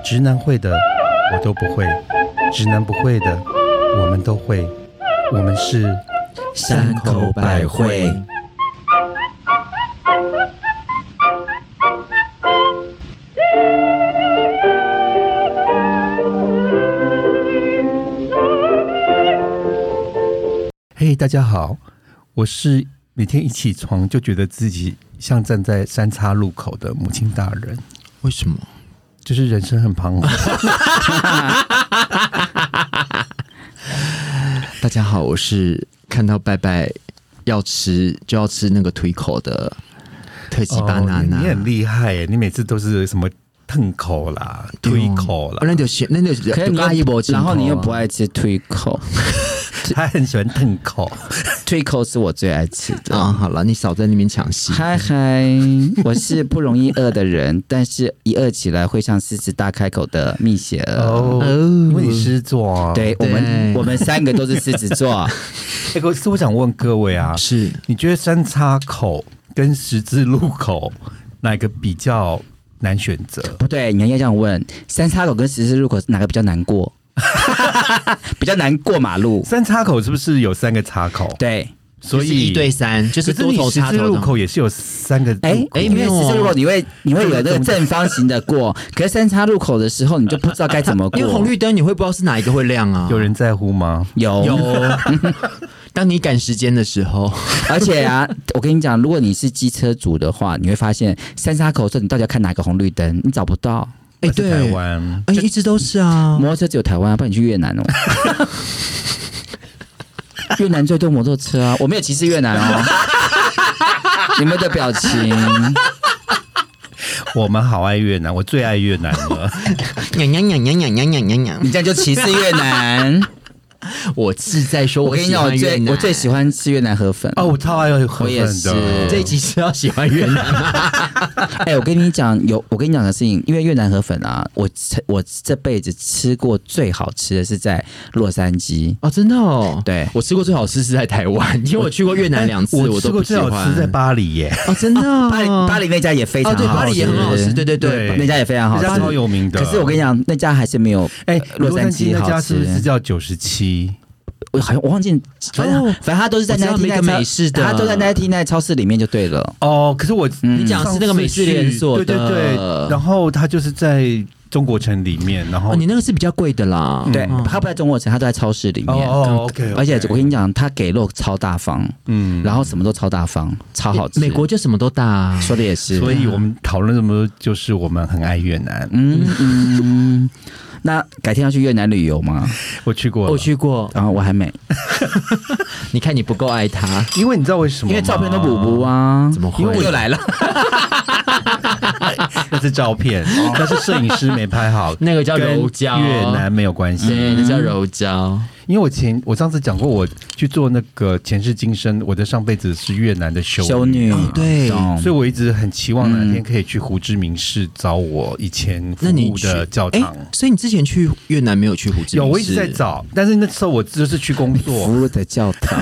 直男会的我都不会，直男不会的我们都会，我们是山口百惠。 嘿，大家好，我是每天一起床就觉得自己像站在三岔路口的母亲大人。 为什么？ 就是人生很彷徨。 大家好，我是看到拜拜要吃就要吃那个推口的特级巴娜娜。 你很厉害耶，你每次都是什么吞口啦、推口啦， 那就是然后你又不爱吃推口。 他很喜欢吞口， 推口是我最爱吃的啊。好了，你少在那边抢戏。 嗨嗨，我是不容易饿的人，但是一饿起来会像狮子大开口的蜜雪儿。 哦，因为你狮子座啊。 对，我们三个都是狮子座。 可是我想问各位啊， 是你觉得三岔口跟十字路口哪个比较难选择？ 不对，你应该这样问：三岔口跟十字路口哪个比较难过？比较难过马路。 三岔口是不是有3个岔口？ 对， 所以 1对3，就是多头插头。 十字路口也是有3个。 因为十字路口你会有那个正方形的过，可是三岔路口的时候你就不知道该怎么过。 因为红绿灯你会不知道是哪一个会亮啊？ 有人在乎吗？ 有。 当你赶时间的时候， 而且啊，我跟你讲，如果你是机车族的话，你会发现三岔口的时候，你到底要看哪个红绿灯，你找不到。 对， 台湾， 一直都是啊。 摩托车只有台湾，不然你去越南哦。越南最多摩托车啊，我没有歧视越南哦。你们的表情， 我们好爱越南，我最爱越南了。 你这样就歧视越南。 我是在说， 我跟你讲，我最喜欢吃越南河粉哦，我超爱河粉的。 我也是， 这一集是要喜欢越南。 我跟你讲，我跟你讲的事情，因为越南河粉啊，我这辈子吃过最好吃的是在洛杉矶哦，真的哦。 对， 我吃过最好吃是在台湾，因为我去过越南2次，我都不喜欢。 我吃过最好吃在巴黎耶。 哦，真的哦。 巴黎那家也非常好吃， 对，巴黎也很好吃，对， 那家也非常好吃， 那家超有名的。 可是我跟你讲，那家还是没有洛杉矶那家是不是叫97？ 我忘记，反正他都是在那个美式的， 他都在那超市里面就对了。 哦，可是你讲的是那个美式连锁的， 对，然后他就是在中国城里面，然后你那个是比较贵的啦。 对，他不在中国城，他都在超市里面。 OK。 而且我跟你讲，他给肉超大方，然后什么都超大方，超好吃。 美国就什么都大啊， 说的也是。 所以我们讨论这么多，就是我们很爱越南。 那改天要去越南旅游吗？ 我去过， 然后我还没。 你看你不够爱他， 因为你知道为什么吗？ 因为照片都补补啊。 怎么会？ 因为我又来了。 那是照片，那是摄影师没拍好。 那个叫柔焦， 越南没有关系。 对，那叫柔焦。 因为我上次讲过，我去做那个前世今生，我的上辈子是越南的修女。 对， 所以我一直很期望哪天可以去胡志明市找我以前服务的教堂。 所以你之前去越南没有去胡志明市？ 有，我一直在找，但是那时候我就是去工作服务的教堂。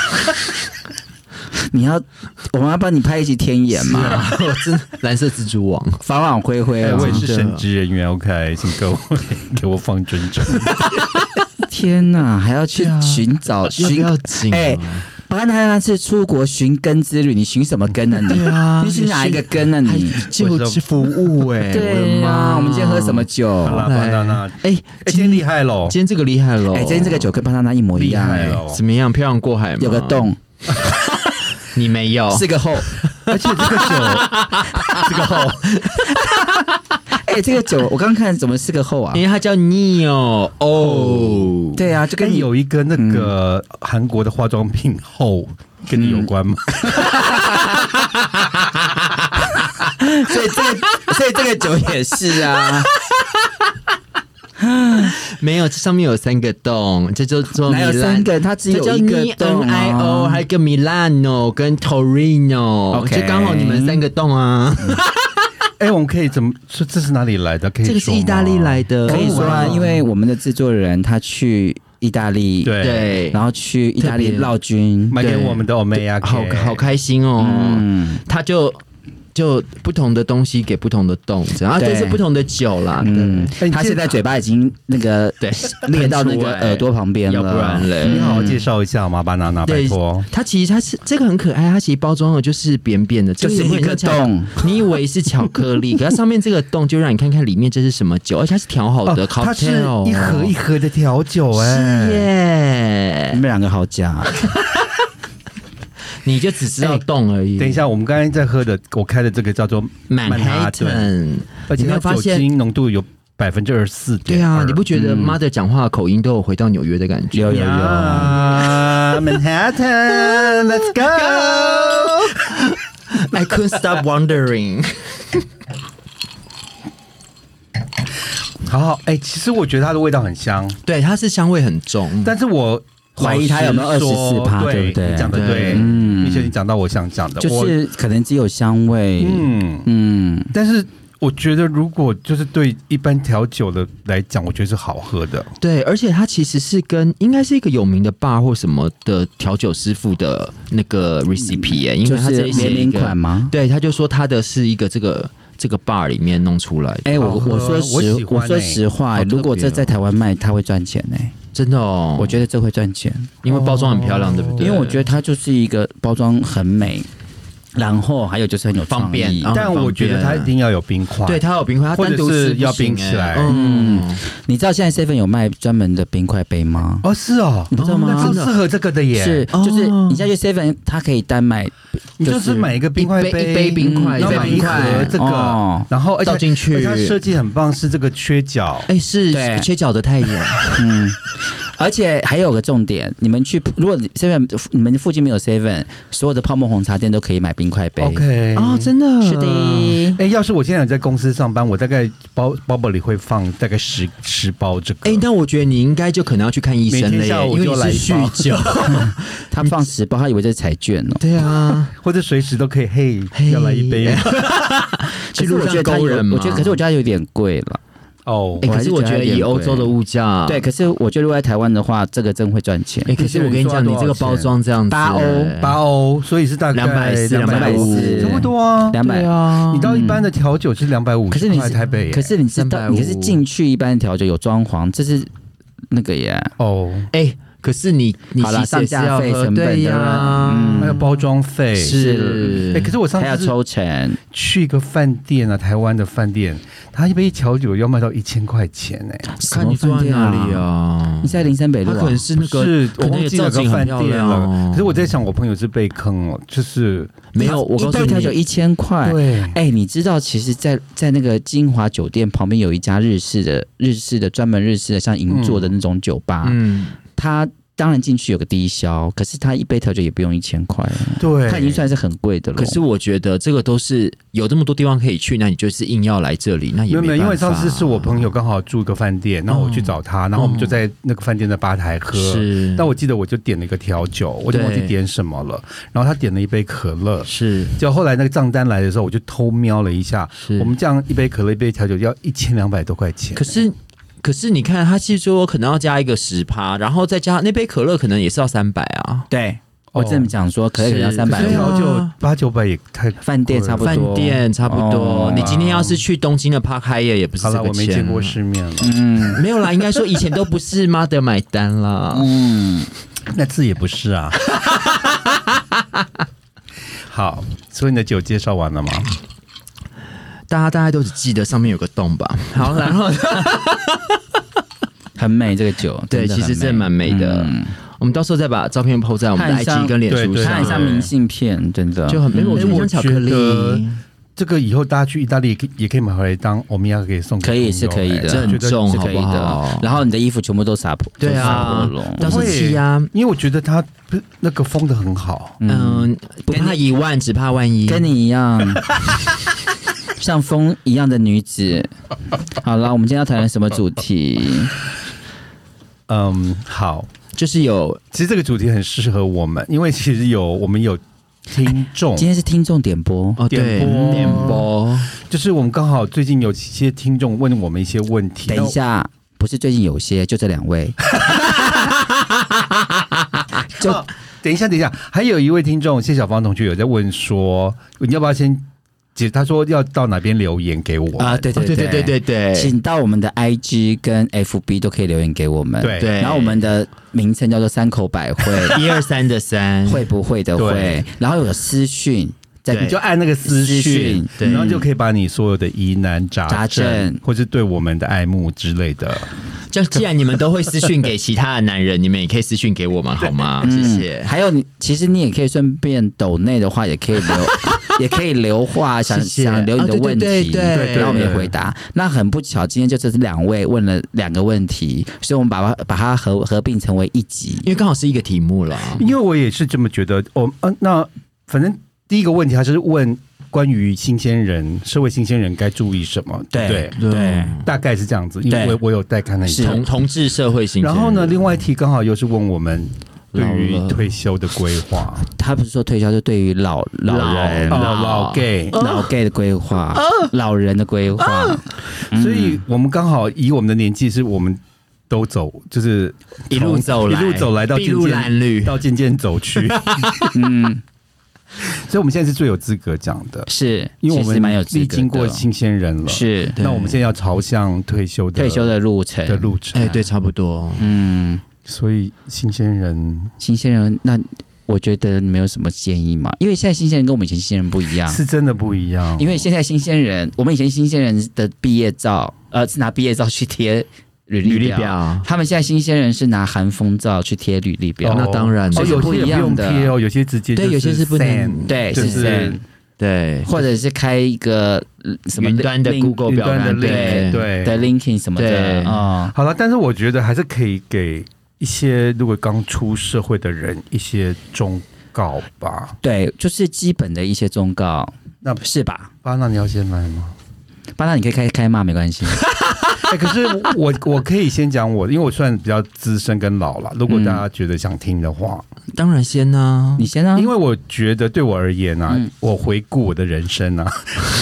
我们要帮你拍一集天眼吗？ 我真蓝色蜘蛛网， 法网恢恢。 我也是神职人员 ，OK， 请各位给我放尊重。 天哪，还要去寻找要紧。 巴拿那是出国寻根之旅，你寻什么根呢？你寻哪一个根呢？你就是服务对啊，我们今天喝什么酒？ 巴拿那，今天厉害喽！ 今天这个厉害喽！ 今天这个酒跟巴拿那一模一样怎么样？漂洋过海吗？ 有个洞。 你没有 4个后， 而且这个酒4个后， 这个酒我刚看怎么4个后啊？ 因为它叫 Neo 哦， 对啊，就跟有一个那个韩国的化妆品后跟你有关吗？ 所以这个酒也是啊。 没有，这上面有3个洞，这就做哪有3个？它只有1个洞哦，还有一个 Milano 跟 Torino， 就刚好你们3个洞啊。 我们可以怎么说？这是哪里来的？可以说吗？ 这个是意大利来的， 可以说啊，因为我们的制作人他去意大利， 对， 然后去意大利绕军， 买给我们的欧美亚， 好开心哦。他就就不同的东西给不同的洞，然后都是不同的酒啦。 他现在嘴巴已经那个对裂到那个耳朵旁边了， 要不然嘞， 你好好介绍一下嘛，banana，拜托。 它其实它是这个很可爱，它其实包装的就是扁扁的， 就是一个洞， 你以为是巧克力，可它上面这个洞就让你看看里面这是什么酒，而且它是调好的 cocktail， 它是一盒一盒的调酒， 是耶， 你们两个好假。 你就只知道洞而已。 等一下，我们刚才在喝的，我开的这个叫做曼哈顿， 而且它酒精浓度有24%。 对啊，你不觉得 Mother 讲话的口音都有回到纽约的感觉？ 有。 Manhattan，Let's go！I couldn't stop wondering 。 好，其实我觉得它的味道很香， 对，它是香味很重， 但是我怀疑它有没有24%，对不对？ 你讲的对，你讲到我想讲的， 就是可能只有香味， 但是我觉得如果就是对一般调酒的来讲，我觉得是好喝的。 对，而且它其实是应该是一个有名的 bar 或什么的调酒师傅的那个 recipe 因为它这联名款吗？ 对，他就说他的是一个这个 bar 里面弄出来的。 我说实话，如果这在台湾卖，它会赚钱真的哦， 我觉得这会赚钱， 因为包装很漂亮，对不对？ 因为我觉得它就是一个包装很美。然后还有就是很有方便， 但我觉得它一定要有冰块， 对，它有冰块，它单独是要冰起来。 你知道现在 Seven 有卖专门的冰块杯吗？ 是哦， 你不知道吗？ 很适合这个的耶。 是，就是你现在去 Seven， 它可以单买， 你就是买一个冰块杯， 一杯冰块， 然后买一盒这个，然后倒进去。 它设计很棒，是这个缺角， 是缺角的太阳。 而且还有个重点，你们去如果 Seven 你们附近没有 Seven， 所有的泡沫红茶店都可以买冰块杯。 OK， 真的是的。 要是我现在在公司上班，我大概包里会放大概10包这个。 但我觉得你应该就可能要去看医生了耶，因为你是酗酒。 他放10包，他以为这是彩券哦。 对啊， 或者随时都可以，要来一杯。 去路上勾人嘛。 可是我觉得有点贵了。 可是我觉得以欧洲的物价， 对，可是我觉得如果在台湾的话，这个真会赚钱。 可是我跟你讲，你这个包装这样子 8 欧，所以是大概 240、250， 差不多啊。 200啊， 你到一般的调酒是250， 可是你台北， 可是你是进去一般调酒有装潢，这是那个耶。 可是你好了，上架费成本呀， 还有包装费是。 可是我上次还要抽成， 去一个饭店啊，台湾的饭店，他一杯调酒要卖到1000块钱看你住在哪里啊？ 你在林森北路， 他可能是那个， 我忘记哪个饭店了。可是我在想，我朋友是被坑了，就是没有。我告诉你， 一杯调酒1000块。 对， 你知道，其实在那个金华酒店旁边有一家日式的专门日式的像银座的那种酒吧，它当然进去有个低消，可是它一杯调酒也不用1000块， 对， 它已经算是很贵的了。 可是我觉得这个都是有这么多地方可以去，那你就是硬要来这里，那也没办法。 因为上次是我朋友刚好住一个饭店，然后我去找他，然后我们就在那个饭店的吧台喝。 是， 但我记得我就点了一个调酒，我就忘记点什么了，然后他点了一杯可乐。 是， 就后来那个账单来的时候，我就偷瞄了一下，我们这样一杯可乐一杯调酒要1200多块钱。 可是你看，他是说可能要加一个10%，然后再加那杯可乐可能也是要300啊。 对，我这么讲说，可乐可能要300， 调酒800-900也太饭店差不多。 饭店差不多。你今天要是去东京的 Park Hyatt 也不是这个钱。 好了，我没见过世面了。 没有啦，应该说以前都不是 Mother 买单啦。 那次也不是啊。好，所以你的酒介绍完了吗？ 大家都只记得上面有个洞吧。好，然后很美这个酒， 对，其实真的蛮美的。我们到时候再把照片 po 在我们的 IG 跟脸书上， 看一下明信片，真的就很美。我觉得像巧克力， 这个以后大家去意大利也可以买回来当欧米亚给送给朋友， 是可以的， 这很重，好不好？ 然后你的衣服全部都洒破， 对啊，都是漆啊， 因为我觉得它那个封的很好。 不怕1万，只怕万一， 跟你一样。像风一样的女子。好了，我们今天要谈的什么主题？ 好， 就是其实这个主题很适合我们，因为其实我们有听众， 今天是听众点播哦，点播， 就是我们刚好最近有一些听众问我们一些问题。 等一下，不是最近有些，就这2位。 等一下，还有一位听众谢小芳同学有在问说，你要不要先他说要到哪边留言给我啊，对对对对对对， 请到我们的 IG 跟 FB 都可以留言给我们。 对， 然后我们的名称叫做三口百会 123的3， 会不会的会，然后有私讯。 你就按那个私讯，然后就可以把你所有的疑难杂症，或是对我们的爱慕之类的。 就既然你们都会私讯给其他的男人，你们也可以私讯给我们好吗？谢谢。 还有其实你也可以顺便抖内的话，也可以留，也可以留话，想留你的问题，然后我们也回答。那很不巧，今天就这是2位问了2个问题，所以我们把它合并成为一集， 因为刚好是一个题目了。 因为我也是这么觉得。那反正。第一个问题，他就是问关于新鲜人、社会新鲜人该注意什么，对，大概是这样子。因为我有在看那一集同志社会新鲜人。 然后呢，另外一题刚好又是问我们对于退休的规划。 他不是说退休，就对于老人、 老 gay 的规划，老人的规划。 所以我们刚好以我们的年纪，是我们都走，就是一路走来到筚路蓝缕， 到渐渐走去。所以我们现在是最有资格讲的， 是因为我们历经过新鲜人了， 是。 那我们现在要朝向退休的路程， 哎，对，差不多， 所以新鲜人， 那我觉得你们有什么建议吗？因为现在新鲜人跟我们以前新鲜人不一样， 是真的不一样。 因为现在新鲜人，我们以前新鲜人的毕业照，是拿毕业照去贴。履历表，他们现在新鲜人是拿韩风照去贴履历表， 那当然， 有些不用贴有些直接对，有些是不能，对， 就是对， 或者是开一个什么云端的 Google 表单， 对的 linking 什么的好了，但是我觉得还是可以给一些如果刚出社会的人一些忠告吧。 对，就是基本的一些忠告， 那是吧？ 巴娜，你要先来吗？ 巴娜，你可以开骂没关系。 可是我可以先讲因为我算比较资深跟老了，如果大家觉得想听的话， 当然先啊， 你先啊， 因为我觉得对我而言啊，我回顾我的人生啊，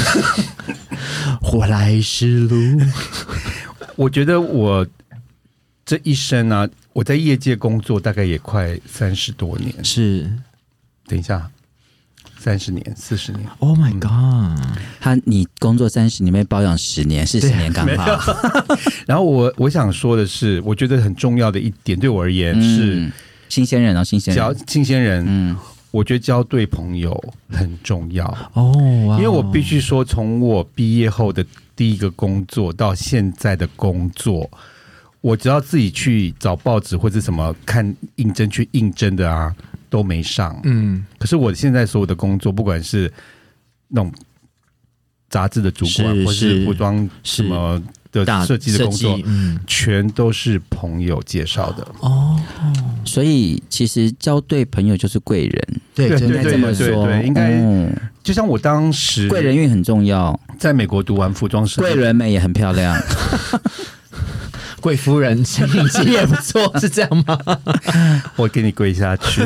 活来是路， 我觉得我这一生啊，我在业界工作大概也快30多年， 是， 等一下。30年、40年 ，Oh my god！ 你工作30年，被保养10年，40年刚好。 然后我想说的是，我觉得很重要的一点，对我而言是新鲜人啊，新鲜人，我觉得交对朋友很重要因为我必须说，从我毕业后的第一个工作到现在的工作，我只要自己去找报纸或者什么看去应征的啊。都没上，可是我现在所有的工作，不管是那种杂志的主管，或是服装什么的设计的工作，全都是朋友介绍的所以其实交对朋友就是贵人， 对， 应该这么说， 应该就像我当时贵人运很重要， 在美国读完服装设计， 贵人美也很漂亮。 贵夫人心情也不错，是这样吗？ 我给你跪下去。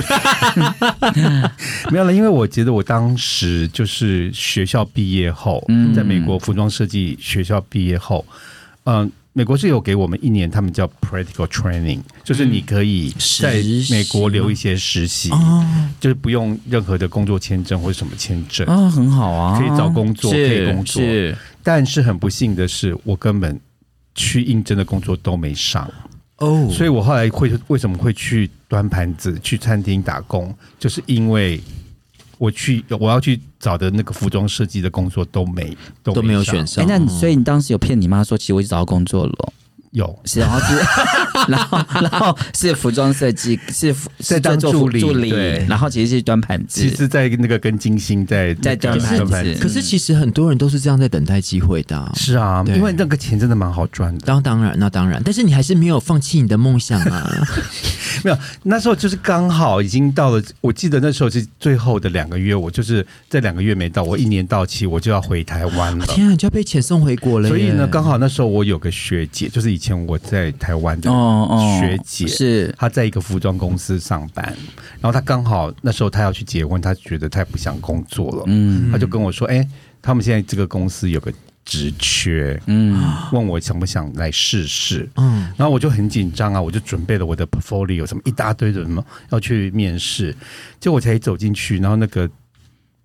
没有了，因为我觉得我当时就是学校毕业后，在美国服装设计学校毕业后，美国是有给我们1年，他们叫 practical training， 就是你可以在美国留一些实习，就是不用任何的工作签证或者什么签证很好啊， 可以找工作，可以工作。但是很不幸的是，我根本去应征的工作都没上所以我后来为什么会去端盘子、去餐厅打工，就是因为我要去找的那个服装设计的工作都没有选上。 那所以你当时有骗你妈说，其实我已经找到工作了？ 有， 然后是服装设计，是在当助理， 然后其实是端盘子， 其实在那个跟金星在端盘子。 可是其实很多人都是这样在等待机会的是啊，因为那个钱真的蛮好赚的。 当然，但是你还是没有放弃你的梦想啊。 没有，那时候就是刚好已经到了，我记得那时候是最后的2个月，我就是在2个月没到，我1年到期我就要回台湾了。 天啊，你就要被遣送回国了。 所以呢，刚好那时候我有个学姐，就是以前我在台湾的学姐， 是她在一个服装公司上班，然后她刚好那时候她要去结婚，她觉得她也不想工作了，她就跟我说，他们现在这个公司有个职缺，问我想不想来试试，然后我就很紧张啊，我就准备了我的 portfolio 什么一大堆的什么要去面试，结果我才走进去，然后那个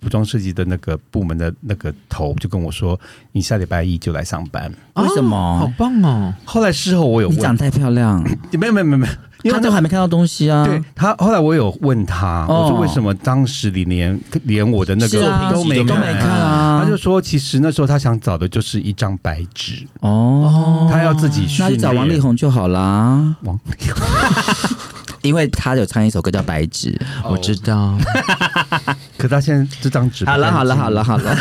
服装设计的那个部门的那个头就跟我说：“你下礼拜一就来上班。” 为什么？ 好棒哦！ 后来事后我有问， 你长太漂亮， 没有，因为他都还没看到东西啊。 对他，后来我有问他，我说为什么当时你连我的那个都没看啊？ 他就说，其实那时候他想找的就是一张白纸哦， 他要自己训练。 那就找王力宏就好啦。 王力宏。 因为他有唱一首歌叫《白纸》， 我知道。 可他现在这张纸好了。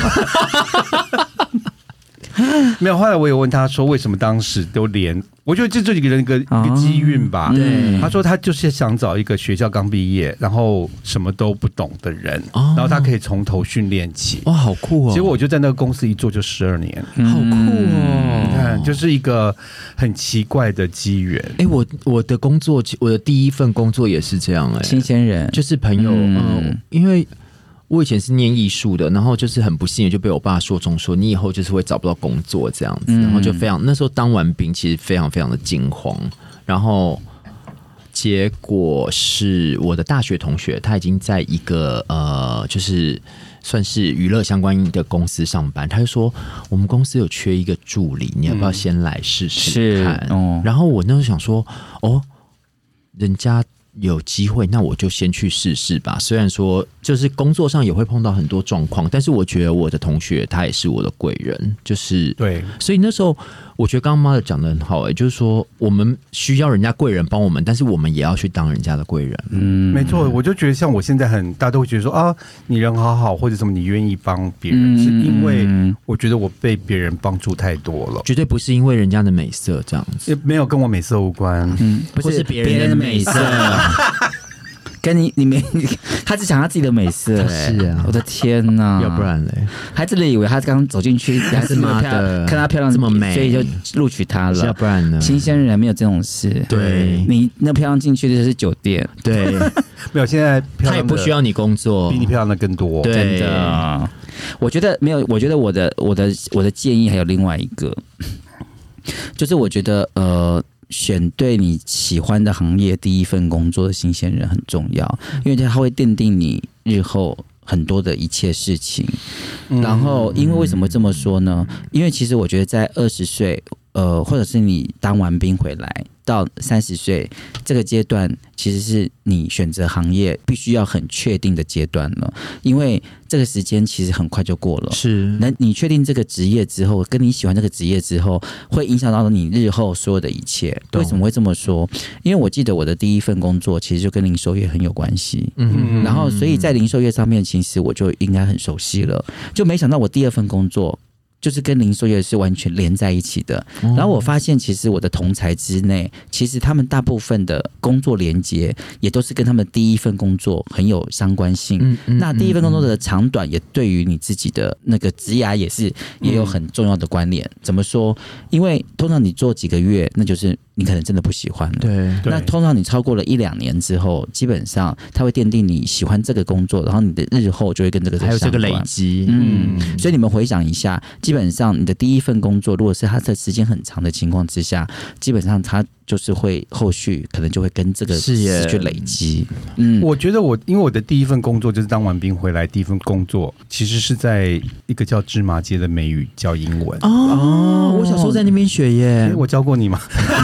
没有，后来我有问他说，为什么当时都连？我觉得这几个人一个机运吧。 对， 他说他就是想找一个学校刚毕业，然后什么都不懂的人，然后他可以从头训练起。 哇，好酷哦！ 结果我就在那个公司一做就12年， 好酷哦！ 你看，就是一个很奇怪的机缘。 我的工作，我的第一份工作也是这样新鲜人， 就是朋友，因为。我以前是念艺术的，然后就是很不幸就被我爸说中说你以后就是会找不到工作这样子，然后就非常那时候当完兵其实非常非常的惊慌，然后结果是我的大学同学他已经在一个就是算是娱乐相关的公司上班，他就说我们公司有缺一个助理，你要不要先来试试看？然后我那时候想说人家有机会，那我就先去试试吧。虽然说就是工作上也会碰到很多状况，但是我觉得我的同学他也是我的贵人，就是对。 所以那时候我觉得刚刚妈的讲的很好，就是说我们需要人家贵人帮我们，但是我们也要去当人家的贵人。 没错。我就觉得像我现在大家都会觉得说啊，你人好好，或者什么你愿意帮别人，是因为我觉得我被别人帮助太多了， 绝对不是因为人家的美色这样子， 也没有跟我美色无关， 不是别人的美色。跟你没，他只想他自己的美色， 是啊， 我的天哪！ 要不然嘞， 还真的以为他刚走进去还是妈的，看他漂亮这么美， 所以就录取他了。 要不然呢？ 新鲜人没有这种事。 对， 你那漂亮进去的就是酒店， 对， 没有。现在他也不需要你工作， 比你漂亮的更多， 真的。我觉得没有，我觉得我的建议还有另外一个，就是我觉得选对你喜欢的行业第一份工作的新鲜人很重要，因为他会奠定你日后很多的一切事情。然后，因为为什么这么说呢？因为其实我觉得在20岁，或者是你当完兵回来到30岁这个阶段，其实是你选择行业必须要很确定的阶段了，因为这个时间其实很快就过了。 是， 那你确定这个职业之后，跟你喜欢这个职业之后，会影响到你日后所有的一切。为什么会这么说？因为我记得我的第一份工作其实就跟零售业很有关系，然后所以在零售业上面，其实我就应该很熟悉了，就没想到我第二份工作就是跟零售业是完全连在一起的。然后我发现，其实我的同才之内，其实他们大部分的工作连接也都是跟他们第一份工作很有相关性。那第一份工作的长短，也对于你自己的那个职涯也有很重要的关联。怎么说？因为通常你做几个月，那就是你可能真的不喜欢了。 对。 那通常你超过了1-2年之后，基本上它会奠定你喜欢这个工作，然后你的日后就会跟这个还有这个累积。 所以你们回想一下，基本上你的第一份工作，如果是它的时间很长的情况之下，基本上它就是会后续可能就会跟这个事去累积。 我觉得因为我的第一份工作就是当完兵回来，第一份工作其实是在一个叫芝麻街的美语教英文。 我小时候在那边学耶。 我教过你吗？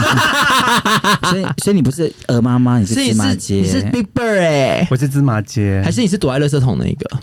所以你不是鹅妈妈，你是芝麻街， 你是 Big Bird 我是芝麻街， 还是你是躲在垃圾桶那个？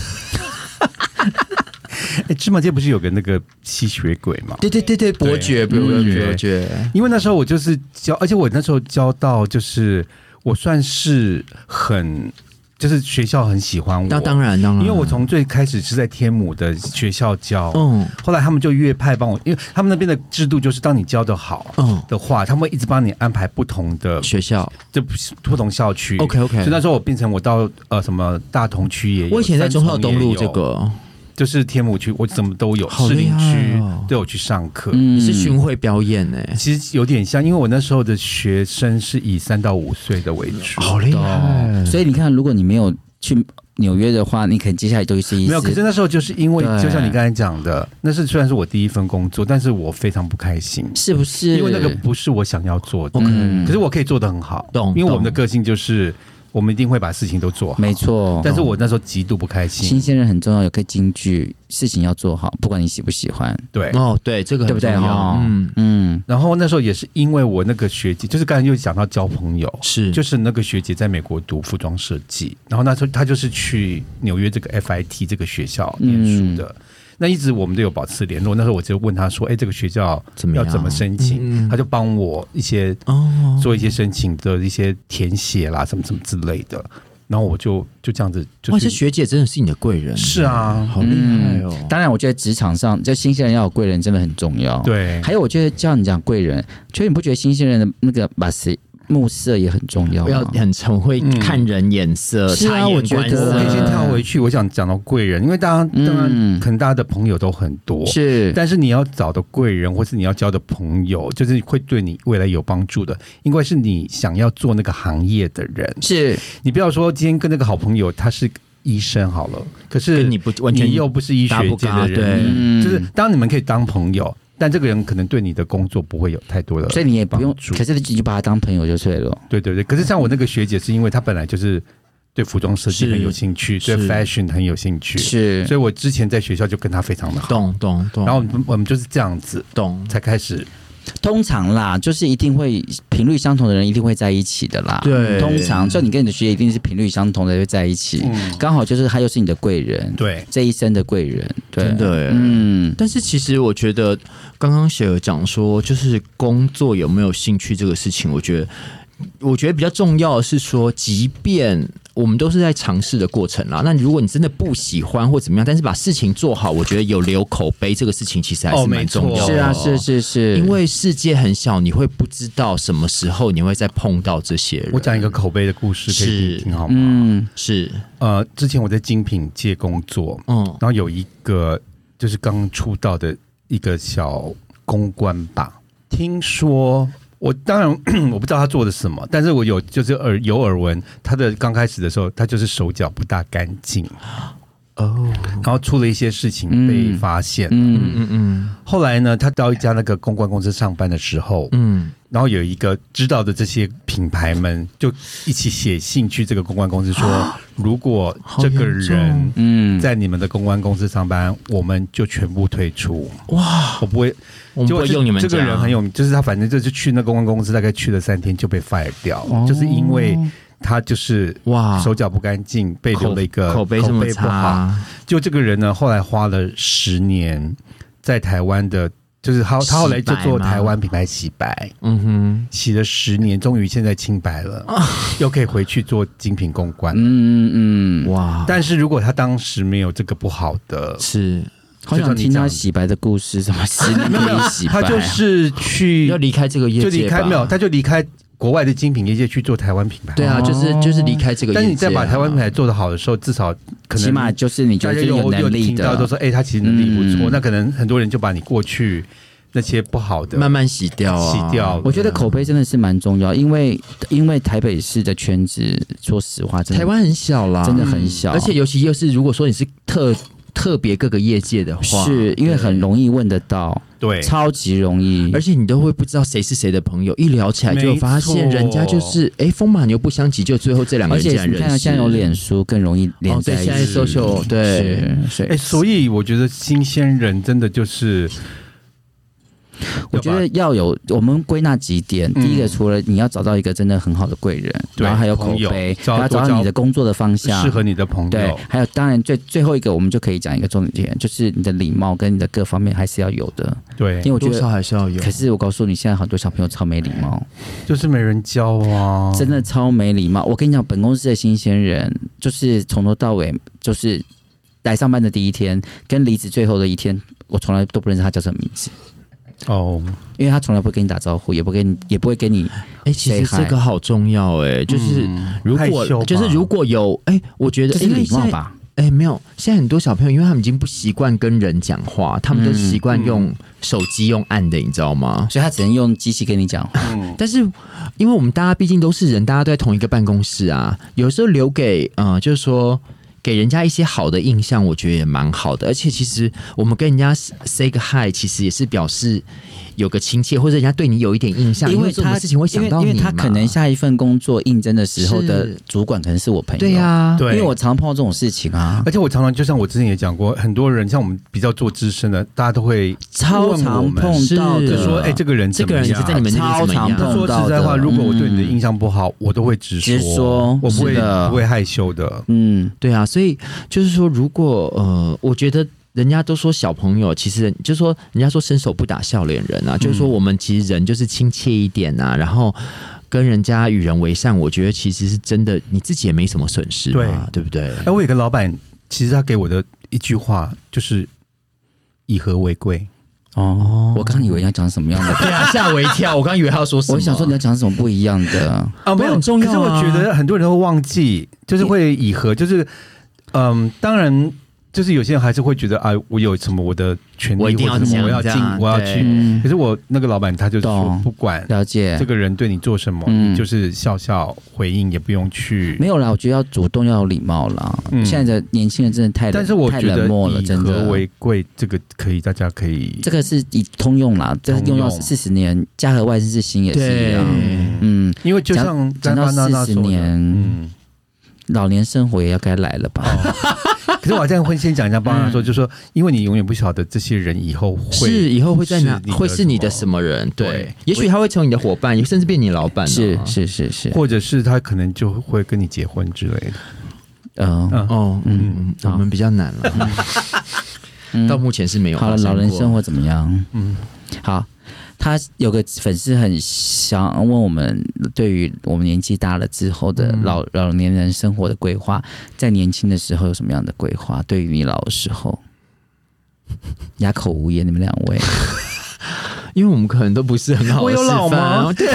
芝麻街不是有个那个吸血鬼吗？ 对，伯爵。 因为那时候我就是教，而且我那时候教到就是我算是就是学校很喜欢我， 当然， 因为我从最开始是在天母的学校教，后来他们就越派帮我，因为他们那边的制度就是，当你教得好的话，他们会一直帮你安排不同的学校， 就不同校区。 OK， 所以那时候我变成我到什么大同区也有， 我以前在忠孝东路这个。 就是天母区，我什么都有，士林区都有去上课。 你是巡回表演其实有点像，因为我那时候的学生是以3到5岁的为主， 好厉害。 所以你看，如果你没有去纽约的话，你可能接下来都是没有。可是那时候就是因为，就像你刚才讲的，那是虽然是我第一份工作，但是我非常不开心， 是不是？ 因为那个不是我想要做的。可是我可以做得很好，因为我们的个性就是。 我们一定会把事情都做好， 没错。 但是我那时候极度不开心。 新鲜人很重要，有个金句，事情要做好，不管你喜不喜欢。 对， 对，这个很重要，对不对？然后那时候也是因为我那个学姐，就是刚才又讲到交朋友，就是那个学姐在美国读服装设计，然后那时候她就是去纽约这个 FIT 这个学校念书的。那一直我们都有保持联络。那时候我就问他说：“这个学校要怎么申请？”他就帮我做一些申请的一些填写啦，什么之类的。然后我就这样子， 哇，这学姐真的是你的贵人。 是啊， 好厉害哦！ 当然，我觉得职场上，就新鲜人要有贵人真的很重要。 对， 还有我觉得叫你讲贵人，其实你不觉得新鲜人的那个把谁？目色也很重要， 要很会看人眼色。 是啊，我觉得我可以先跳回去。我想讲到贵人，因为当然可能大家的朋友都很多，但是你要找的贵人，或是你要交的朋友，就是会对你未来有帮助的，应该是你想要做那个行业的人。 是你不要说今天跟那个好朋友他是医生好了，可是你又不是医学界的人，就是当你们可以当朋友。但这个人可能对你的工作不会有太多的帮助， 所以你也不用，可是你就把他当朋友就对了。 对对对，可是像我那个学姐，是因为她本来就是对服装设计很有兴趣，对 fashion 很有兴趣， 是， 所以我之前在学校就跟她非常的好， 懂。 然后我们就是这样子，才开始。 通常啦，就是一定会频率相同的人一定会在一起的啦。 对， 通常就你跟你的学姐一定是频率相同的会在一起，刚好就是他又是你的贵人， 对， 这一生的贵人，对真的，但是其实我觉得刚刚雪儿讲说，就是工作有没有兴趣这个事情，我觉得比较重要的是说，即便我们都是在尝试的过程啦。那如果你真的不喜欢或怎么样，但是把事情做好，我觉得有留口碑这个事情其实还是蛮重要的。 是啊，是， 因为世界很小，你会不知道什么时候你会再碰到这些人。 我讲一个口碑的故事，可以听好吗？ 是， 之前我在精品界工作，然后有一个就是刚出道的一个小公关吧，听说。我当然我不知道他做的什么，但是我有耳闻，他的刚开始的时候，他就是手脚不大干净，然后出了一些事情被发现了，后来呢，他到一家那个公关公司上班的时候，然后有一个知道的这些品牌们就一起写信去这个公关公司说，如果这个人在你们的公关公司上班，我们就全部退出。哇，我不会用你们家。这个人很有名，就是他反正就是去那公关公司，大概去了3天就被 fire 掉了，就是因为他就是手脚不干净，被留了一个口碑这么差。 就这个人呢，后来花了10年在台湾的。就是他后来就做台湾品牌洗白，洗了10年，终于现在清白了，又可以回去做精品公关，哇！但是如果他当时没有这个不好的， 是好想听他洗白的故事，什么10年可以洗白， 他就是去要离开这个业界， 就离开没有，他就离开国外的精品业界去做台湾品牌。 对啊，就是离开这个业界。 但是你在把台湾品牌做得好的时候，至少可能起码就是你就是有能力的， 听到都说他其实能力不错，那可能很多人就把你过去那些不好的慢慢洗掉啊， 我觉得口碑真的是蛮重要，因为台北市的圈子，说实话，真的台湾很小啦， 真的很小， 而且尤其又是如果说你是特别各个业界的话， 是因为很容易问得到， 对， 超级容易， 而且你都会不知道谁是谁的朋友，一聊起来就发现人家就是风马牛不相及，就最后这2个人竟然认识。而且你看， 现在有脸书，更容易连在一起。 现在 social 对， 所以我觉得新鲜人真的就是。 我觉得要有，我们归纳几点。第一个，除了你要找到一个真的很好的贵人，然后还有口碑，还要找到你的工作的方向， 适合你的朋友。 对，还有当然最后一个，我们就可以讲一个重点，就是你的礼貌跟你的各方面还是要有的。 对， 因为我觉得多少还是要有。 可是我告诉你，现在很多小朋友超没礼貌， 就是没人教啊， 真的超没礼貌。我跟你讲，本公司的新鲜人，就是从头到尾，就是来上班的第一天跟离职最后的一天，我从来都不认识他叫什么名字。因为他从来不会跟你打招呼，也不会跟你。 其实这个好重要就是如果有我觉得这是礼貌吧。 没有，现在很多小朋友，因为他们已经不习惯跟人讲话，他们都习惯用手机用按的，你知道吗？ 所以他只能用机器跟你讲话。 但是因为我们大家毕竟都是人，大家都在同一个办公室啊，有时候留给就是说。 给人家一些好的印象，我觉得也蛮好的。而且其实我们跟人家 say 个 hi， 其实也是表示有个亲切，或者人家对你有一点印象，因为做什么事情会想到你嘛。 因为他可能下一份工作应征的时候的主管可能是我朋友， 对啊， 对， 因为我常碰到这种事情啊。 而且我常常就像我之前也讲过，很多人像我们比较做资深的，大家都会超常碰到的， 就说这个人怎么样， 这个人是在你们那边怎么样？ 说实在话，如果我对你的印象不好，我都会直说，我不会害羞的。 对啊，所以就是说，如果我觉得人家都说小朋友，其实就是说，人家说伸手不打笑脸人啊，就是说我们其实人就是亲切一点啊，然后跟人家与人为善，我觉得其实是真的，你自己也没什么损失嘛，对不对？ 我有个老板，其实他给我的一句话就是以和为贵。 我刚以为你要讲什么样的， 对啊，吓我一跳。我刚以为他要说什么， 我想说你要讲什么不一样的啊，没有很重要。可是我觉得很多人都会忘记，就是会以和，就是当然。就是有些人还是会觉得我有什么我的权利， 我一定要或者我要进，我要去。可是我那个老板他就说不管了解这个人对你做什么，你就是笑笑回应，也不用去。 没有啦，我觉得要主动，要有礼貌啦。现在的年轻人真的太但是我觉得太冷漠了，真的。 以和为贵，这个可以，大家可以。 这个是通用啦，这用到40年，家和万事兴也是一样。 因为就像讲到40年，老年生活也要该来了吧。 可是我这样会先讲一下，帮他说，就是说，因为你永远不晓得这些人以后会在哪，会是你的什么人？对，也许他会成为你的伙伴，甚至变你老板。 是， 或者是他可能就会跟你结婚之类的。 我们比较难了。到目前是没有。 好了，老人生活怎么样？好。他有个粉丝很想问我们，对于我们年纪大了之后的老年人生活的规划，在年轻的时候有什么样的规划？对于你老的时候，哑口无言，你们两位， 因为我们可能都不是很好的示范。我有老吗？对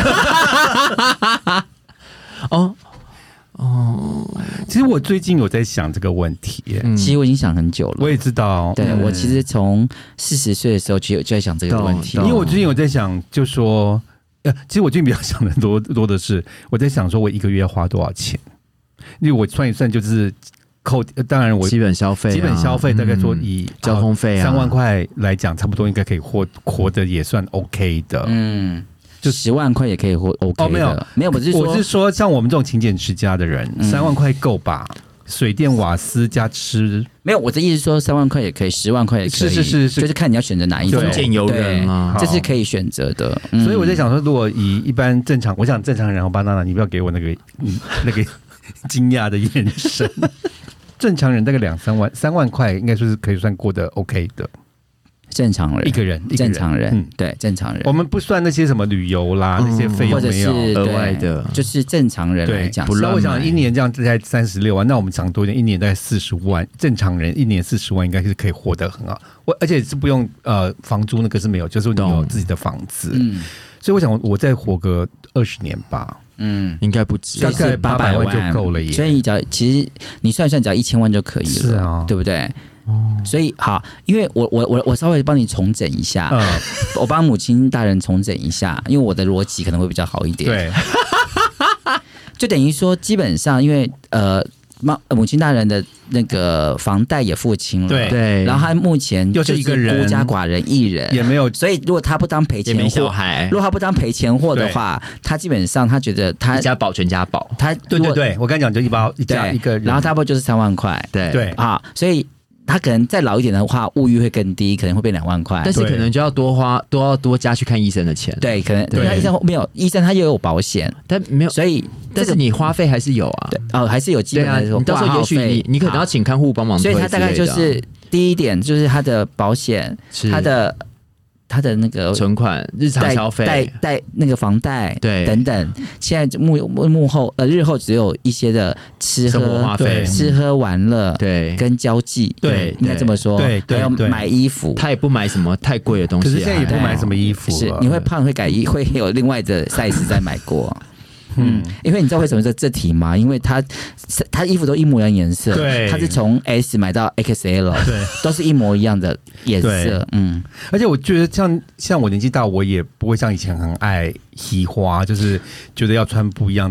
其实我最近有在想这个问题， 其实我已经想很久了。 我也知道， 对，我其实从40岁的时候就在想这个问题， 因为我最近有在想，就说，其实我最近比较想的多的是，我在想说我一个月要花多少钱，因为我算一算就是扣，当然我基本消费大概说以交通费 3万块来讲，差不多应该可以活得也算 OK 的， 就10万块也可以活 OK 的。没有， 我是说像我们这种勤俭持家的人，3万块够吧？水电瓦斯加吃， 没有，我的意思是说3万块也可以，10万块也可以， 是， 就是看你要选择哪一种。 丰俭由人啊， 这是可以选择的。 所以我在想说，如果以一般正常，我想正常人，Banana，你不要给我那个惊讶的眼神。正常人大概3万块，应该说是可以算过得 OK 的。 正常人， 一个人， 正常人，对，正常人。 我们不算那些什么旅游啦，那些费用没有额外的， 就是正常人来讲。 那我想一年这样才36万，那我们讲多一点，一年大概40万，正常人一年40万应该是可以活得很好。而且是不用房租那个是没有，就是你有自己的房子。所以我想我再活个20年吧。 应该不止， 大概800万就够了耶。 所以其实你算只要1000万就可以了， 是啊， 对不对？所以好，因为我稍微帮你重整一下，我帮母亲大人重整一下，因为我的逻辑可能会比较好一点。 对， 就等于说，基本上因为母亲大人的那个房贷也付清了， 对， 然后他目前又是一个人， 孤家寡人一人， 也没有， 所以如果他不当赔钱货，如果他不当赔钱货的话，他基本上他觉得他一家保全家保， 他对，我刚才讲就一家一个人， 然后差不多就是3万块， 对啊，所以。他可能再老一点的话，物欲会更低，可能会变2万块， 但是可能就要多加去看医生的钱。 对，可能对医生没有，医生他又有保险， 但没有， 所以但是你花费还是有啊。 对还是有基本的。 你到时候也许你可能要请看护帮忙推之类的， 所以他大概就是第一点就是他的保险，他的那个存款、日常消费、 贷那个房贷， 对等等。现在日后只有一些的吃喝玩乐， 对， 跟交际， 对， 应该这么说。对，还有买衣服， 他也不买什么太贵的东西， 可是现在也不买什么衣服， 是你会胖会改衣，会有另外的 size 再买过。因为你知道为什么这题吗？因为他衣服都一模一样颜色，他是从 S 买到 XL， 对，都是一模一样的颜色。 而且我觉得像我年纪大，我也不会像以前很爱嘻花，就是觉得要穿不一样的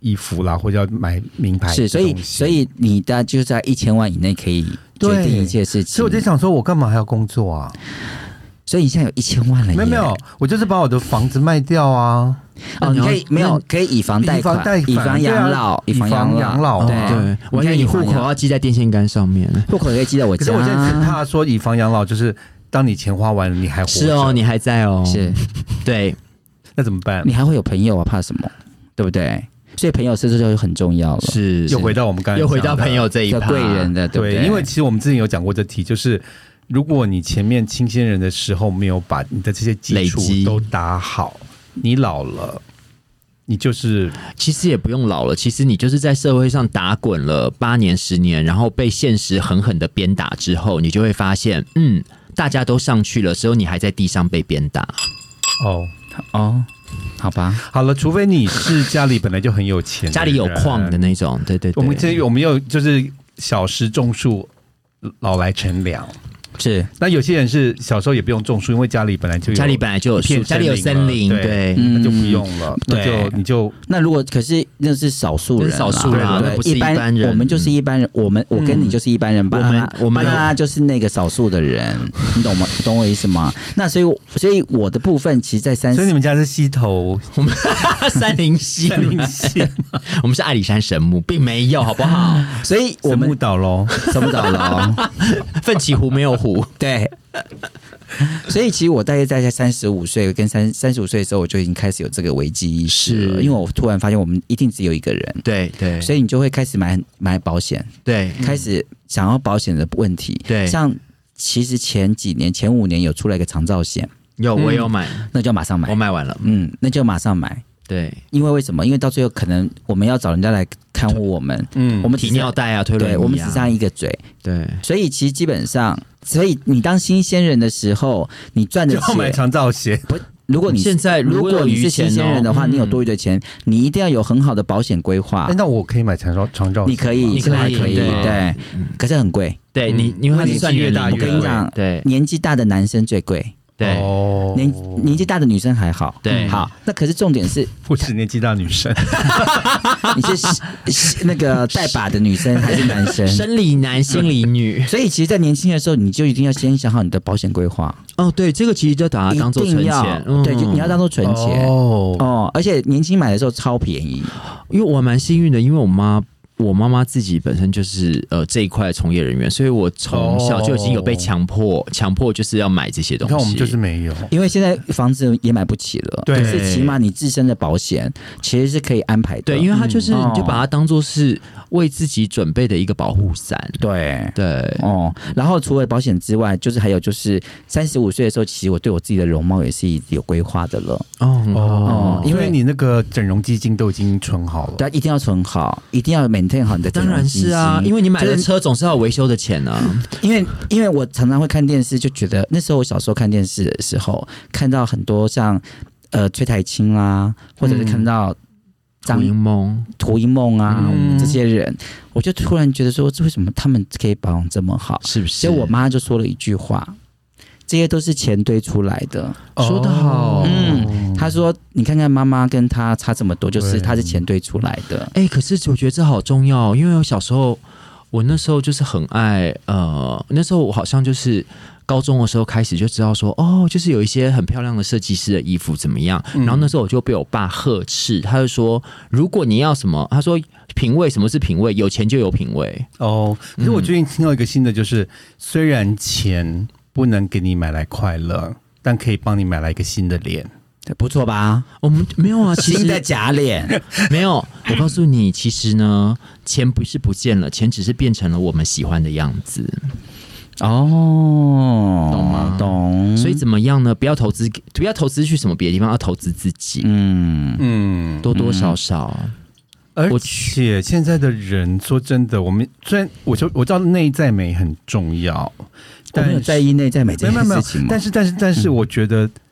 衣服啦，或者要买名牌的东西， 所以你的就在1000万以内可以决定一切事情。 所以我在想说，我干嘛还要工作啊？ 所以你现在有1000万了耶？ 没有，我就是把我的房子卖掉啊。 哦，你可以没有可以以房贷款，以房养老，以房养老。 对，我看你户口要记在电线杆上面， 户口可以记在我家。 可是我现在很怕说以房养老，就是当你钱花完了，你还活着。 是哦，你还在哦。 是， 对， 那怎么办？ 你还会有朋友啊？怕什么？对不对？所以朋友是就很重要了。 是， 又回到我们刚才又回到朋友这一趴， 贵人的，对不对？ 因为其实我们之前有讲过这题，就是如果你前面新鲜人的时候没有把你的这些基础都打好，你老了。你就是其实也不用老了，其实你就是在社会上打滚了8年10年，然后被现实狠狠的鞭打之后，你就会发现，大家都上去了，之后你还在地上被鞭打。 哦，好吧， 好了，除非你是家里本来就很有钱， 家里有矿的那种，对对对， 我们有就是小时种树，老来乘凉。 是， 那有些人是小时候也不用种树，因为家里本来就有树，家里有森林，对， 那就不用了。那如果可是那是少数人， 少数人，那不是一般人。 我们就是一般人，我跟你就是一般人，我们就是那个少数的人，你懂吗？懂我意思吗？那所以我的部分其实，在所以你们家是溪头， 我们山林溪，我们是阿里山神木，并没有，好不好？ 所以我们神木岛喽， 神木岛喽， 奋起湖没有湖。 对，所以其实我大概在35岁跟35岁的时候，我就已经开始有这个危机意识了，因为我突然发现我们一定只有一个人， 对对， 所以你就会开始买保险， 对， 开始想要保险的问题， 对， 像其实前5年有出来一个长照险， 我有买， 那就马上买， 我买完了， 那就马上买。 对， 因为什么？因为到最后可能我们要找人家来看护我们，我们提尿袋啊，推轮椅啊， 对，我们只差一个嘴， 对， 所以其实基本上，所以你当新鲜人的时候，你赚的钱就要买长照险。 不，如果你是新鲜人的话，你有多余的钱，你一定要有很好的保险规划。 那我可以买长照险？ 你可以，对，可是很贵。 对你，因为它是算越大越贵。 我跟你讲，对，年纪大的男生最贵。 对， 年纪大的女生还好。 对， 好，那可是重点是， 不是年纪大女生， 你是那个带把的女生还是男生？ 生理男，心理女。 所以其实，在年轻的时候，你就一定要先想好你的保险规划。 哦，对，这个其实就把它当做存钱， 对，你要当做存钱哦。而且年轻买的时候超便宜， 因为我蛮幸运的，因为我妈妈自己本身就是这一块的从业人员，所以我从小就已经有被强迫就是要买这些东西。 你看我们就是没有， 因为现在房子也买不起了， 对， 可是起码你自身的保险其实是可以安排的。 对，因为它就是你就把它当做是为自己准备的一个保护伞。 对对哦，然后除了保险之外，就是还有就是35岁的时候，其实我对我自己的容貌也是有规划的了。 因为你那个整容基金都已经存好了， 对，一定要存好，一定要maintain好你的整容基金。 当然是啊，因为你买了车总是要维修的钱啊。 因为我常常会看电视，就觉得那时候我小时候看电视的时候，看到很多像崔台青啦，或者是看到涂银梦啊这些人，我就突然觉得说，为什么他们可以保养这么好？ 是不是？ 所以我妈就说了一句话。这些都是钱堆出来的， 说得好。 她说：“你看看妈妈跟她差这么多，就是她是钱堆出来的。” 可是我觉得这好重要，因为我小时候，我那时候就是很爱那时候我好像就是高中的时候开始就知道说，就是有一些很漂亮的设计师的衣服怎么样。然后那时候我就被我爸呵斥，他就说：“如果你要什么，他说品味，什么是品味？有钱就有品味。” 可是我最近听到一个新的，就是虽然钱不能给你买来快乐，但可以帮你买来一个新的脸， 不错吧？ 我们没有啊，其实新的假脸没有。我告诉你，其实呢，钱不是不见了，钱只是变成了我们喜欢的样子。 懂吗？懂。 所以怎么样呢？不要投资去什么别的地方，要投资自己。多多少少。 而且现在的人说真的，我们虽然我知道内在美很重要， 我没有在意内在美这件事情吗？ 但是我觉得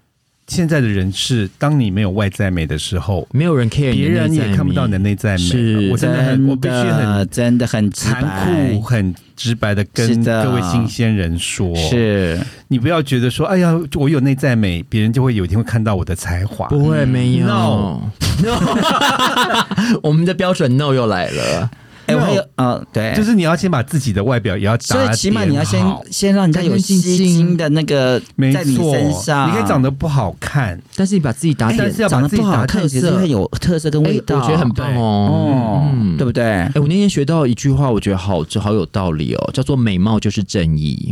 现在的人是，当你没有外在美的时候， 没有人 care 你的内在美， 别人也看不到你的内在美。 是， 我必须真的很残酷、很直白的跟各位新鲜人说， 是你不要觉得说，哎呀，我有内在美，别人就会有一天会看到我的才华。 不会，没有 ，no， 我们的标准 no 又来了。 我有对， 就是你要先把自己的外表也要打点好， 所以起码你要先让人家有吸睛的那个在你身上。 你可以长得不好看， 但是你把自己打点， 但是要把自己打看，其实会有特色跟味道， 我觉得很棒哦， 对不对？ 我那天学到一句话，我觉得好有道理哦，叫做美貌就是正义。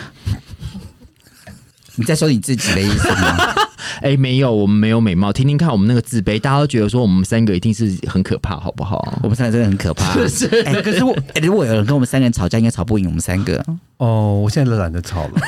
你在说你自己的意思吗？ 没有，我们没有美貌。听听看，我们那个自卑，大家都觉得说我们三个一定是很可怕，好不好？ 我们三个真的很可怕。 是可是如果有人跟我们三个人吵架，应该吵不赢我们三个。 哦，我现在都懒得吵了。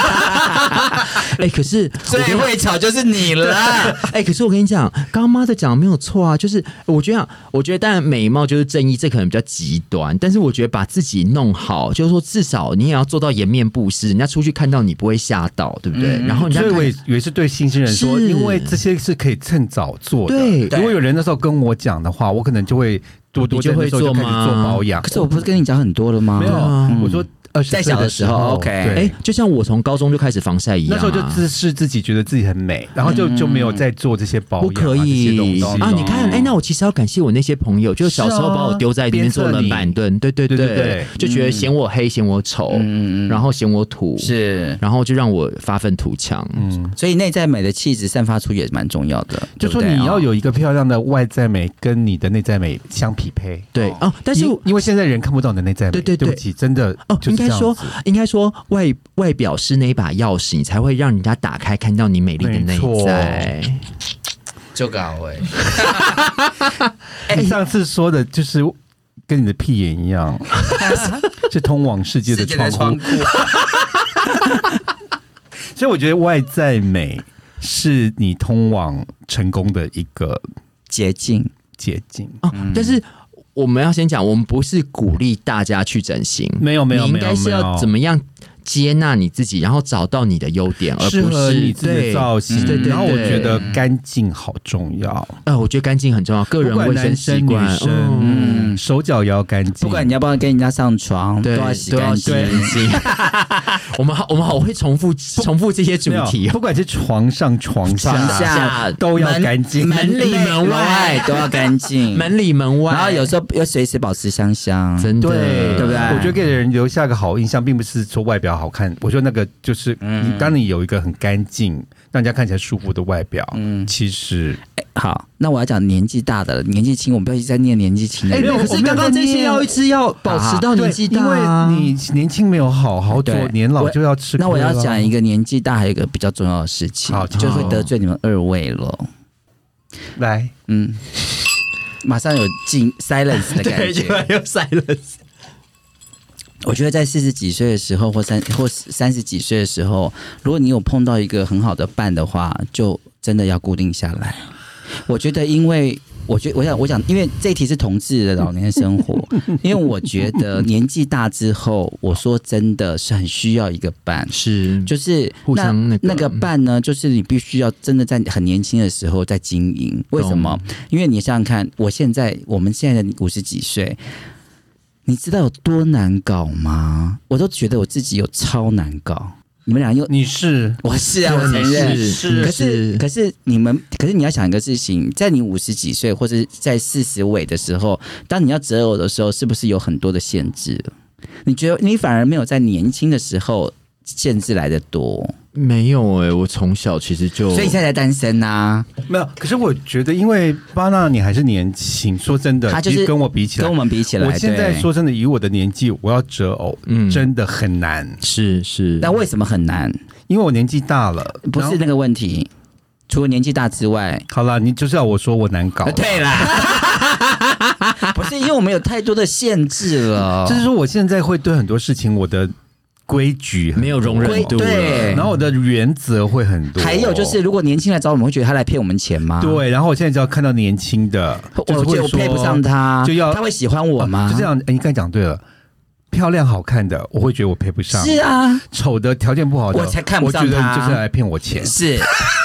可是最会吵就是你了。 可是我跟你讲，刚刚妈的讲的没有错啊，就是我觉得当然美貌就是正义，这可能比较极端，但是我觉得把自己弄好，就是说至少你也要做到颜面不失，人家出去看到你不会吓到，对不对？然后所以我以为是对新鲜人说，因为这些是可以趁早做的。 对， 如果有人那时候跟我讲的话，我可能就会多在那时候就开始做保养。 可是我不是跟你讲很多了吗？ 没有，我说。 在小的时候 ，OK， 就像我从高中就开始防晒一样， 那时候就自己觉得自己很美，然后就没有再做这些保养， 不可以啊！你看，那我其实要感谢我那些朋友，就小时候把我丢在里面做冷板凳，对，就觉得嫌我黑、嫌我丑，然后嫌我土， 是， 然后就让我发愤图强。 所以内在美的气质散发出也蛮重要的， 就说你要有一个漂亮的外在美跟你的内在美相匹配。 对但是因为现在人看不到你的内在美，对不起，真的应该说外表是那一把钥匙，你才会让人家打开看到你美丽的内在。 就搞你上次说的就是跟你的屁眼一样，是通往世界的窗户。所以我觉得外在美是你通往成功的一个捷径。 但是我们要先讲，我们不是鼓励大家去整形， 没有， 你应该是要怎么样接纳你自己，然后找到你的优点，而不是你自己的造型。 对， 然后我觉得干净好重要。 我觉得干净很重要，个人卫生习惯， 男生女生，手脚也要干净。 不管你要不要跟人家上床，都要洗干净。 我们好会重复这些主题， 不管是床上床下都要干净， 门里门外都要干净， 门里门外。 然后有时候要随时保持香香， 真的， 对不对？ 我觉得给人留下个好印象，并不是说外表好看。我说那个就是，当你有一个很干净，让人家看起来舒服的外表，其实好。那我要讲年纪大的了，年纪轻我们不要一直在念年纪轻的。 可是刚刚这些要一直要保持到年纪大， 因为你年轻没有好做，年老就要吃亏了。 那我要讲一个年纪大还有一个比较重要的事情，就会得罪你们二位了。 来， 马上有silence 的感觉， 对，有 silence。 我觉得在40几岁的时候，或30几岁的时候，如果你有碰到一个很好的伴的话，就真的要固定下来。我觉得，因为我想，因为这一题是同志的老年生活，因为我觉得年纪大之后，我说真的是很需要一个伴，就是互相那个伴呢，就是你必须要真的在很年轻的时候在经营。为什么？因为你想想看，我们现在的50几岁。你知道有多难搞吗？我都觉得我自己有超难搞。你们俩你是， 我是啊，我承认是。可是你要想一个事情，在你50几岁或者在40尾的时候，当你要择偶的时候，是不是有很多的限制？你觉得你反而没有在年轻的时候限制来的多？ 没有我从小其实就， 所以你现在才单身啊？ 没有，可是我觉得，因为巴娜你还是年轻，说真的， 他就是跟我比起来， 跟我们比起来， 我现在说真的，以我的年纪，我要择偶，真的很难。 是， 那为什么很难？ 因为我年纪大了， 不是那个问题。除了年纪大之外， 好啦，你就是要我说我难搞， 对啦，不是因为我们有太多的限制了， 就是说我现在会对很多事情我的规矩没有容忍度， 对， 然后我的原则会很多。 还有就是，如果年轻来找我们，会觉得他来骗我们钱吗？ 对，然后我现在只要看到年轻的， 我觉得我配不上他，他会喜欢我吗？ 就这样，你刚才讲对了。漂亮好看的，我会觉得我配不上。 是啊， 丑的条件不好的， 我才看不上他。 我觉得你就是来骗我钱。 是。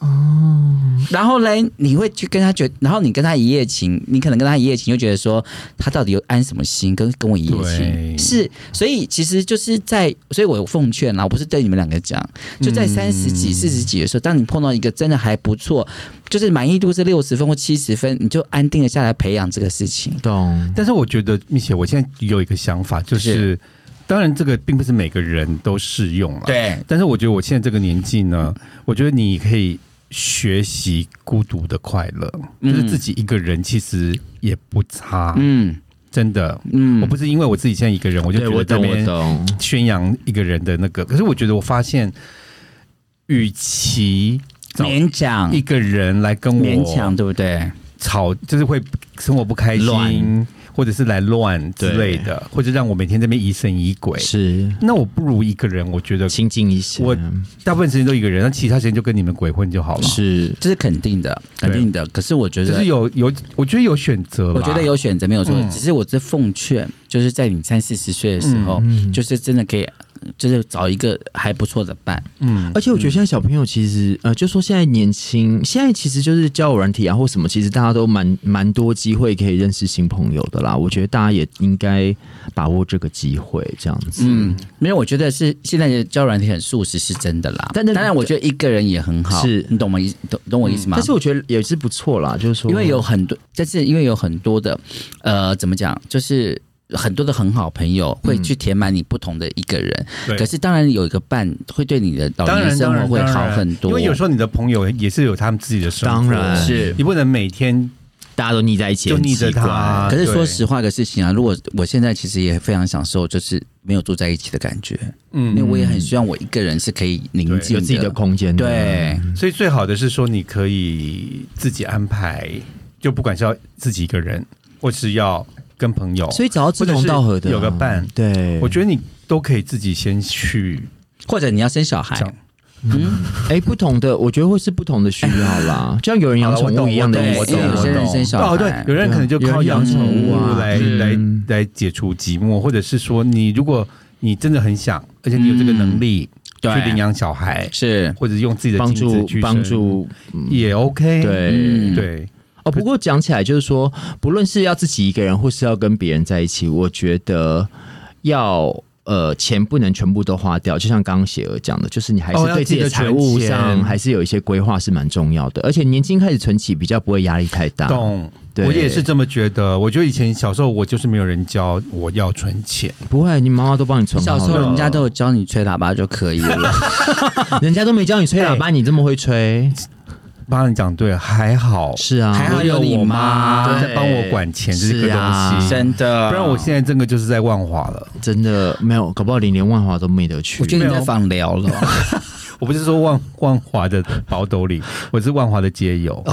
然后嘞，你会去跟他然后你跟他一夜情，你可能跟他一夜情，就觉得说他到底有安什么心，跟我一夜情是，所以其实就是所以我有奉劝啦，我不是对你们两个讲，就在30几、40几的时候，当你碰到一个真的还不错，就是满意度是60分或70分，你就安定的下来培养这个事情。 懂。 但是我觉得，蜜姐，我现在有一个想法，就是当然这个并不是每个人都适用了， 对。 但是我觉得我现在这个年纪呢，我觉得你可以学习孤独的快乐，就是自己一个人其实也不差，真的，我不是因为我自己现在一个人，我就觉得这边宣扬一个人的那个，可是我觉得我发现，与其勉强一个人来跟我勉强，对不对？ 吵就是会生活不开心，或者是来乱之类的，或者让我每天在那边疑神疑鬼。 是， 那我不如一个人，我觉得清静一些。 我大部分时间都一个人，那其他时间就跟你们鬼混就好了。 是， 这是肯定的，肯定的。可是我觉得， 就是我觉得有选择， 我觉得有选择没有错。只是我这奉劝，就是在你30、40岁的时候，就是真的可以。就是找一个还不错的伴， 而且我觉得现在小朋友其实，就说现在年轻，现在其实就是交友软体啊或什么，其实大家都蛮多机会可以认识新朋友的啦。我觉得大家也应该把握这个机会，这样子。 没有，我觉得是现在的交友软体很速食是真的啦。但当然，我觉得一个人也很好， 是你懂吗？懂我意思吗？ 但是我觉得也是不错啦，就是说， 因为有很多，但是因为有很多的，怎么讲，就是。很多的很好朋友会去填满你不同的一个人，可是当然有一个伴会对你的老年生活会好很多。 因为有时候你的朋友也是有他们自己的生活， 当然是你不能每天大家都腻在一起， 就腻着他。 可是说实话的事情啊，如果我现在其实也非常享受，就是没有住在一起的感觉，因为我也很希望我一个人是可以宁静的， 有自己的空间的。 对， 所以最好的是说你可以自己安排，就不管是要自己一个人，或是要。跟朋友， 所以找到志同道合的， 有个伴， 对， 我觉得你都可以自己先去， 或者你要生小孩， 不同的，我觉得会是不同的需要啦，就像有人养宠物一样的意思， 有些人生小孩， 对，有人可能就靠养宠物来解除寂寞，或者是说如果你真的很想，而且你有这个能力去领养小孩， 是或者用自己的精子去帮助也 OK， 对。不过讲起来就是说，不论是要自己一个人，或是要跟别人在一起，我觉得要钱不能全部都花掉。就像刚刚雪儿讲的，就是你还是对自己的财务上还是有一些规划是蛮重要的。而且年轻开始存起，比较不会压力太大。 懂，我也是这么觉得。我觉得以前小时候我就是没有人教我要存钱， 不会，你妈妈都帮你存好了。 小时候人家都有教你吹喇叭就可以了， 人家都没教你吹喇叭，你这么会吹。 帮你讲对，还好是啊， 还好有你妈在帮我管钱这个东西， 真的， 不然我现在真的就是在万华了， 真的没有，搞不好连万华都没得去。 我觉得你在放疗了， 我不是说万华的宝斗里，我是万华的街友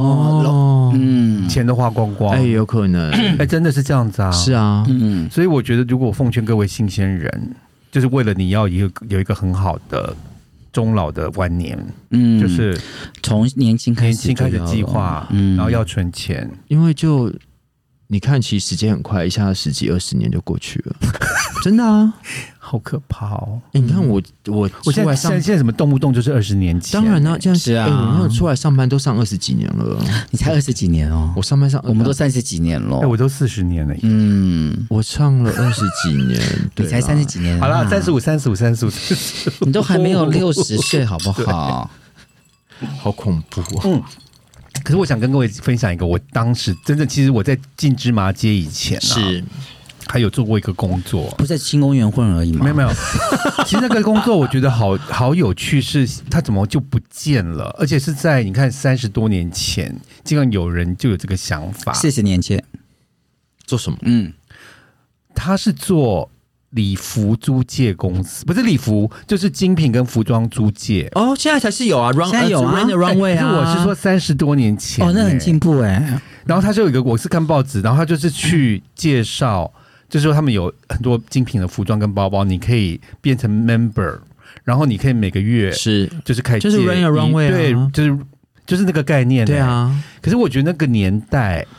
钱都花光光， 有可能， 真的是这样子啊， 是啊， 所以我觉得如果我奉劝各位新鲜人，就是为了你要有一个很好的。终老的晚年，就是从年轻开始计划，然后要存钱， 因为就你看，其实时间很快，一下10几20年就过去了，真的啊， 好可怕哦！ 你看我现在什么动不动就是20年前， 当然啦，这样是啊， 我出来上班都上20几年了， 你才20几年哦， 我上班我们都30几年了， 我都40年了， 我上了20几年， 你才30几年， 好了，35， 你都还没有60岁，好不好？ 好恐怖啊！ 可是我想跟各位分享一个，我当时真的，其实我在进芝麻街以前是还有做过一个工作， 不是在新公园混而已吗？ 没有，其实那个工作我觉得好有趣，是它怎么就不见了，而且是在你看30多年前，竟然有人就有这个想法。 40年前做什么？ 他是做礼服租借公司，不是礼服，就是精品跟服装租借。 哦，现在才是有啊， 现在有啊 ，runway 啊。 我是说30多年前， 那很进步哎。 然后他就有一个，我是看报纸，然后他就是去介绍，就是说他们有很多精品的服装跟包包，你可以变成 member， 然后你可以每个月就是开就是 run a runway， 对，就是那个概念， 对啊。 可是我觉得那个年代，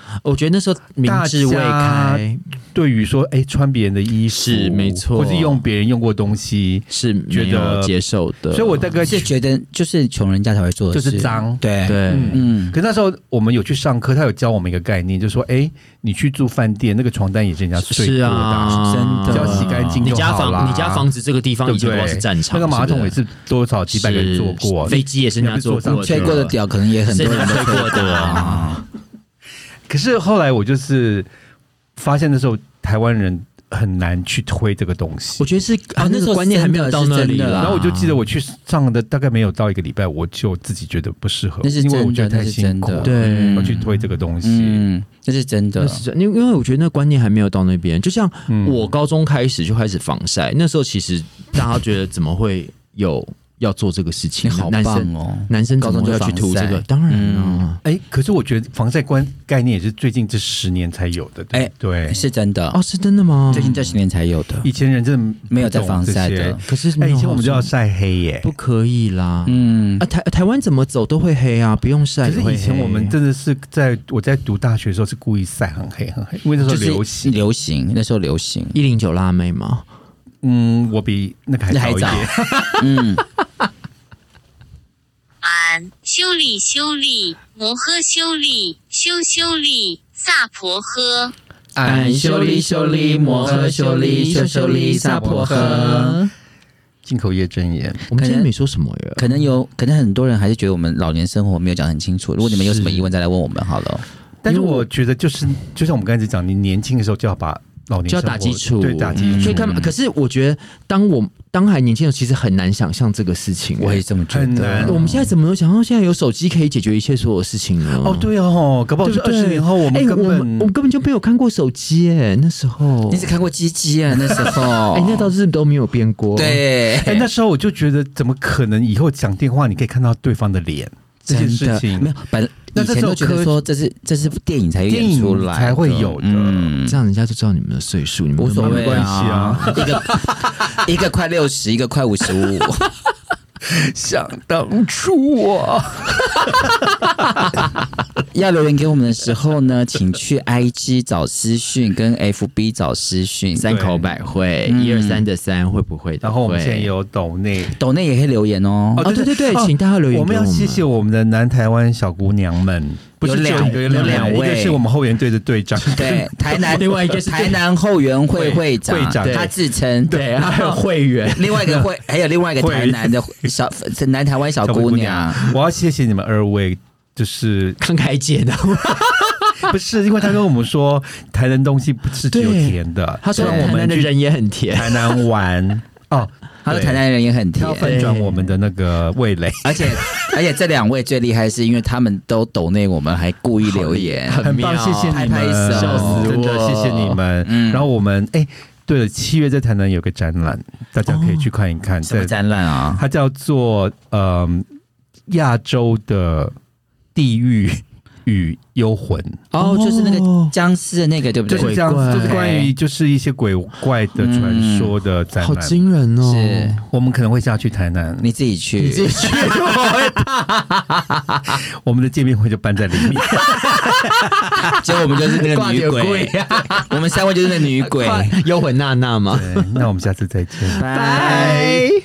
我觉得那时候明智未开， 对于说穿别人的衣服是没错， 或是用别人用过东西是没有接受的， 所以我大概是觉得就是穷人家才会做的事， 就是脏， 对。 可那时候我们有去上课，他有教我们一个概念，就是说你去住饭店，那个床单也是人家睡过的， 是啊， 真的， 只要洗干净就好啦。 你家房子这个地方以前都是战场， 那个马桶也是多少几百个人坐过， 飞机也是人家坐过， 吹过的屌可能也很多人吹过的啊。 可是后来我就是发现的时候，台湾人很难去推这个东西。 我觉得是那个观念还没有到那里啦。 然后我就记得我去上的大概没有到1个礼拜，我就自己觉得不适合，因为我觉得太辛苦， 对， 我去推这个东西， 这是真的。 因为我觉得那个观念还没有到那边。就像我高中开始就开始防晒，那时候其实大家觉得怎么会有要做这个事情？ 好棒哦！ 男生高中就要去涂这个，当然啊。 可是我觉得防晒概念也是最近这10年才有的，对， 是真的哦，是真的吗？ 最近这10年才有的， 以前人真的没有在防晒的。 可是以前我们就要晒黑耶， 不可以啦。台湾怎么走都会黑啊，不用晒。 可是以前我们真的是我在读大学的时候是故意晒很黑很黑，因为那时候流行， 那时候流行 109辣妹吗？ 我比那个还早一点。修理摩诃修理修理萨婆诃。 修理摩诃修理萨婆诃。 进口业真言， 我们今天没说什么耶。 可能很多人还是觉得我们老年生活没有讲得很清楚。如果你们有什么疑问，再来问我们好了。 但是我觉得就像我们刚才讲，你年轻的时候就要把老年生活就要打基础， 对，打基础。 所以可是我觉得，当还年轻的时候，其实很难想象这个事情。 我也这么觉得。 我们现在怎么能想到现在有手机可以解决一切所有事情呢？ 哦，对哦，搞不好是20年后我们根本就没有看过手机耶，那时候你只看过鸡鸡啊，那时候那倒是都没有变过。 对， 那时候我就觉得，怎么可能以后讲电话你可以看到对方的脸？这件事情没有，以前都觉得说这是电影才演出来才会有的， 这样人家就知道你们的岁数，你们无所谓关系啊。 一个快60，一个快55。 想当初啊， 要留言给我们的时候呢，请去 IG 找私讯，跟 FB 找私讯。 3口百惠，123的3会不会？ 然后我们现在也有抖内也可以留言哦。 对，请大家留言。 我们要谢谢我们的南台湾小姑娘们。不是2个，有2位，一个是我们后援队的队长， 对，台南，另外一个是台南后援会会长，他自称， 对，还有会员， 另外一个还有另外一个台南的南台湾小姑娘。 我要谢谢你们2位，就是慷慨解囊。 不是，因为他跟我们说台南东西不是只有甜的， 他说我们的人也很甜， 台南玩哦。 他说台南人也很甜， 要翻转我们的那个味蕾， 而且这2位最厉害是因为他们都抖内我们，还故意留言， 很棒，谢谢你们， 拍手， 笑死我， 真的谢谢你们。然后我们对了，7月在台南有个展览，大家可以去看一看。 什么展览啊？ 它叫做亚洲的地狱与幽魂。 就是那个僵尸的那个，对不对？ 就是这样子，就是关于就是一些鬼怪的传说的展览， 好惊人哦！ 是我们可能会下去台南， 你自己去， 我会怕。我们的见面会就搬在里面， 结果我们就是那个女鬼，我们3位就是那女鬼， 幽魂娜娜嘛。 对，那我们下次再见， 拜。